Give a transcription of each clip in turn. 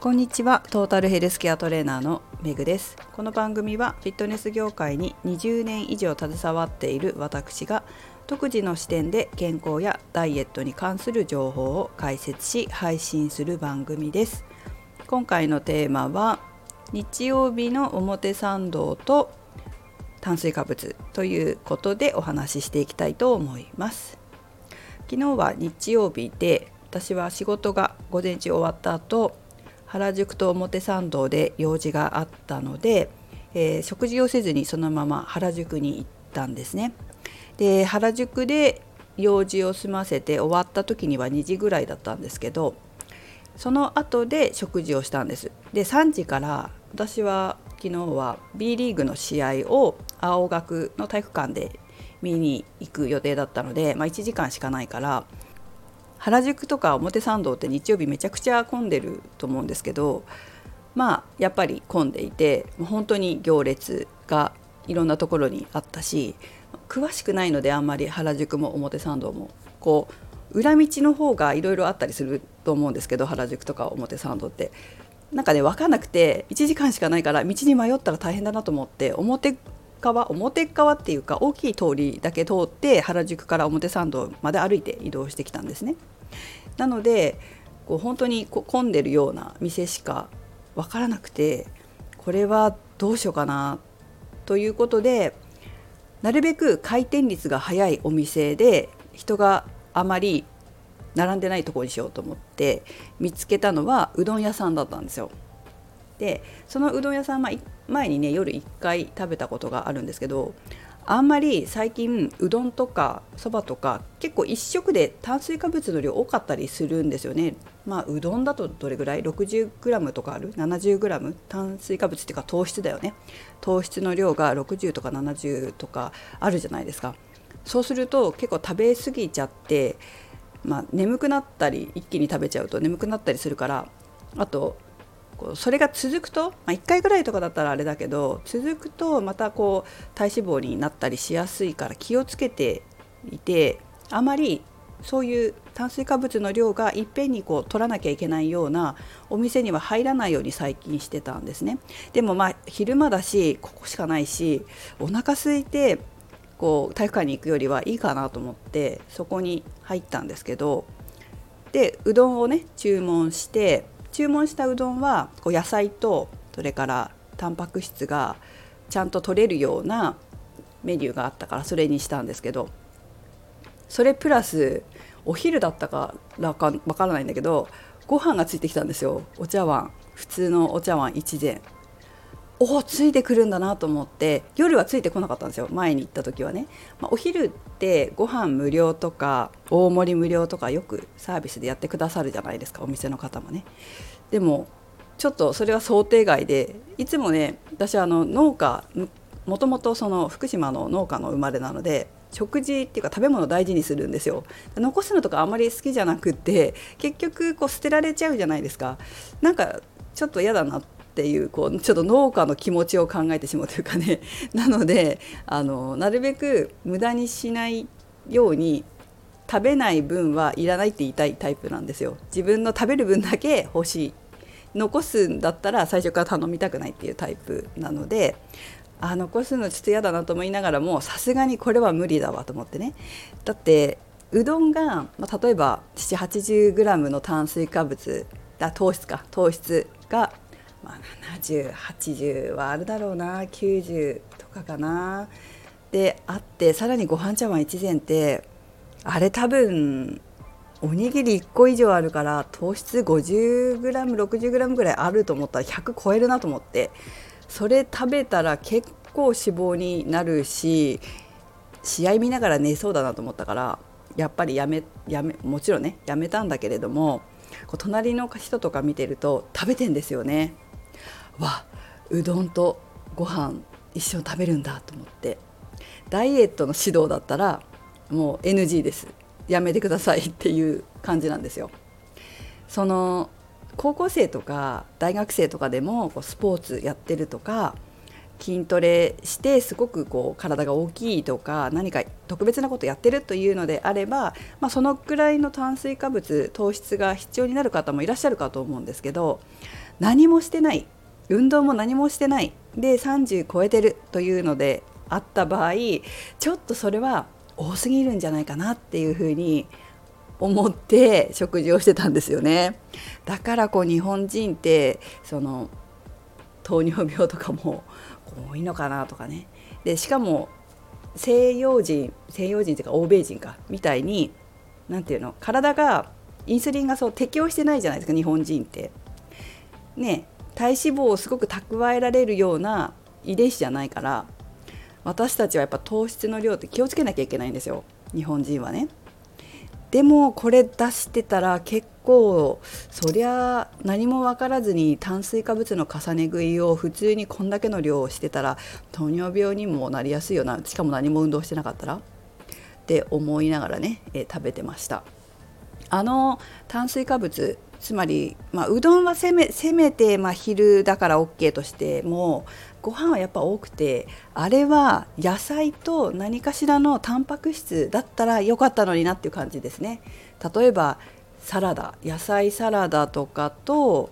こんにちは。トータルヘルスケアトレーナーのめぐです。この番組はフィットネス業界に20年以上携わっている私が独自の視点で健康やダイエットに関する情報を解説し配信する番組です。今回のテーマは日曜日の表参道と炭水化物ということでお話ししていきたいと思います。昨日は日曜日で、私は仕事が午前中終わった後、原宿と表参道で用事があったので、食事をせずにそのまま原宿に行ったんですね。で、原宿で用事を済ませて終わった時には2時ぐらいだったんですけど、その後で食事をしたんです。で、3時から私は昨日は B リーグの試合を青学の体育館で見に行く予定だったので、1時間しかないから、原宿とか表参道って日曜日めちゃくちゃ混んでると思うんですけど、やっぱり混んでいて、本当に行列がいろんなところにあったし、詳しくないのであんまり原宿も表参道も裏道の方がいろいろあったりすると思うんですけど、原宿とか表参道って分かんなくて、1時間しかないから道に迷ったら大変だなと思って、表側っていうか大きい通りだけ通って原宿から表参道まで歩いて移動してきたんですね。なので本当に混んでるような店しか分からなくて、これはどうしようかなということで、なるべく回転率が速いお店で人があまり並んでないところにしようと思って見つけたのはうどん屋さんだったんですよ。で、そのうどん屋さん、前にね夜1回食べたことがあるんですけど、あんまり最近うどんとかそばとか結構一食で炭水化物の量多かったりするんですよね。うどんだとどれぐらい 60g とかある 70g 炭水化物っていうか糖質だよね。糖質の量が60とか70とかあるじゃないですか。そうすると結構食べ過ぎちゃって、眠くなったり、一気に食べちゃうと眠くなったりするから、あとそれが続くと、1回ぐらいとかだったらあれだけど、続くとまた体脂肪になったりしやすいから気をつけていて、あまりそういう炭水化物の量がいっぺんに取らなきゃいけないようなお店には入らないように最近してたんですね。でも昼間だし、ここしかないし、お腹空いて体育館に行くよりはいいかなと思ってそこに入ったんですけど、でうどんをね注文したうどんは野菜とそれからタンパク質がちゃんと取れるようなメニューがあったからそれにしたんですけど、それプラスお昼だったからかわからないんだけど、ご飯がついてきたんですよ。お茶碗、普通のお茶碗一膳、ついてくるんだなと思って。夜はついてこなかったんですよ、前に行った時はね。お昼ってご飯無料とか大盛り無料とかよくサービスでやってくださるじゃないですか、お店の方もね。でもちょっとそれは想定外で、いつもね私農家、もともとその福島の農家の生まれなので、食事っていうか食べ物を大事にするんですよ。残すのとかあんまり好きじゃなくって、結局捨てられちゃうじゃないですか。ちょっと嫌だなっていう、ちょっと農家の気持ちを考えてしまうというかね。なのでなるべく無駄にしないように、食べない分はいらないって言いたいタイプなんですよ。自分の食べる分だけ欲しい、残すんだったら最初から頼みたくないっていうタイプなので、残すのちょっと嫌だなと思いながらも、さすがにこれは無理だわと思ってね。だってうどんが、例えば 7,80g の炭水化物糖質が、70、80はあるだろうな、90とかかなであって、さらにご飯茶碗一膳って、あれ多分おにぎり1個以上あるから糖質 50g、60g ぐらいあると思ったら100超えるなと思って、それ食べたら結構脂肪になるし、試合見ながら寝そうだなと思ったから、やっぱりもちろんねやめたんだけれども、隣の人とか見てると食べてんですよね。うどんとご飯一緒に食べるんだと思って。ダイエットの指導だったらもう NG です、やめてくださいっていう感じなんですよ。その高校生とか大学生とかでもスポーツやってるとか、筋トレしてすごく体が大きいとか、何か特別なことやってるというのであれば、そのくらいの炭水化物糖質が必要になる方もいらっしゃるかと思うんですけど、 何もしてない、運動も何もしてないで30超えてるというのであった場合、ちょっとそれは多すぎるんじゃないかなっていうふうに思って食事をしてたんですよね。だから日本人って糖尿病とかも多いのかなとかね。でしかも西洋人っていうか欧米人かみたいになんていうの、体がインスリンが適応してないじゃないですか、日本人ってね。体脂肪をすごく蓄えられるような遺伝子じゃないから、私たちはやっぱ糖質の量って気をつけなきゃいけないんですよ、日本人はね。でもこれ出してたら結構そりゃ何も分からずに炭水化物の重ね食いを普通にこんだけの量をしてたら糖尿病にもなりやすいよな、しかも何も運動してなかったらって思いながらね、食べてました。炭水化物、つまり、うどんはせめて、昼だから OK としてもご飯はやっぱ多くて、あれは野菜と何かしらのタンパク質だったらよかったのになっていう感じですね。例えばサラダ、野菜サラダとかと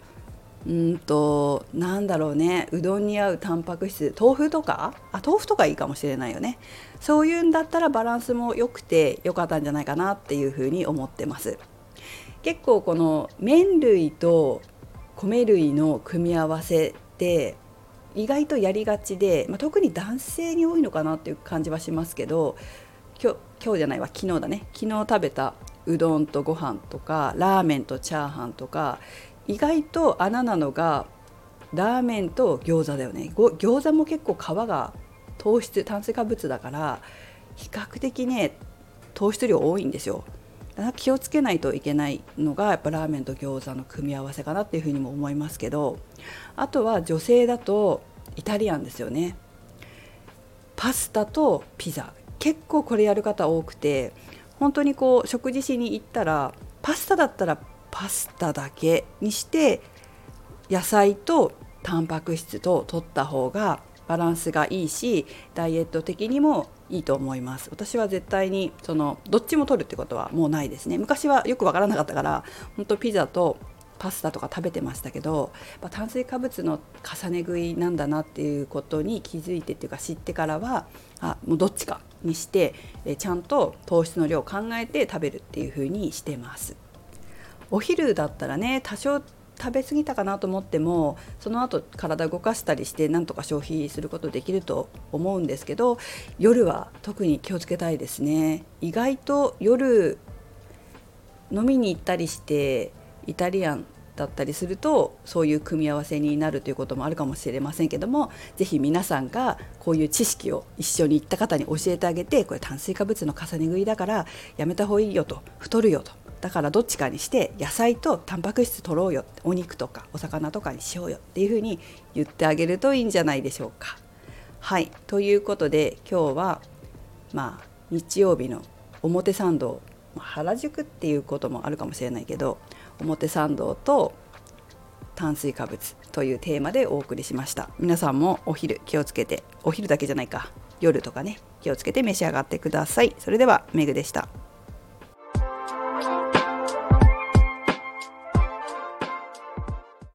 なんだろうね、うどんに合うタンパク質、豆腐とかいいかもしれないよね。そういうんだったらバランスも良くて良かったんじゃないかなっていうふうに思ってます。結構この麺類と米類の組み合わせって意外とやりがちで、特に男性に多いのかなっていう感じはしますけど、今日じゃないわ、昨日だね、昨日食べたうどんとご飯とかラーメンとチャーハンとか、意外と穴なのがラーメンと餃子だよね。餃子も結構皮が炭水化物だから比較的ね糖質量多いんですよ。だから気をつけないといけないのがやっぱラーメンと餃子の組み合わせかなっていうふうにも思いますけど、あとは女性だとイタリアンですよね。パスタとピザ、結構これやる方多くて、本当に食事しに行ったらパスタだったらパスタだけにして野菜とタンパク質と取った方がバランスがいいし、ダイエット的にもいいと思います。私は絶対にどっちも取るってことはもうないですね。昔はよくわからなかったから本当ピザとパスタとか食べてましたけど、炭水化物の重ね食いなんだなっていうことに気づいてっていうか知ってからはもうどっちかにしてちゃんと糖質の量を考えて食べるっていう風にしてます。お昼だったらね多少食べ過ぎたかなと思ってもその後体動かしたりしてなんとか消費することできると思うんですけど、夜は特に気をつけたいですね。意外と夜飲みに行ったりしてイタリアンだったりするとそういう組み合わせになるということもあるかもしれませんけども、ぜひ皆さんがこういう知識を一緒に行った方に教えてあげて、これ炭水化物の重ね食いだからやめた方がいいよと、太るよと、だからどっちかにして野菜とタンパク質取ろうよ、お肉とかお魚とかにしようよっていうふうに言ってあげるといいんじゃないでしょうか。はい、ということで今日は日曜日の表参道、原宿っていうこともあるかもしれないけど表参道と炭水化物というテーマでお送りしました。皆さんもお昼気をつけて、お昼だけじゃないか、夜とかね気をつけて召し上がってください。それではめぐでした。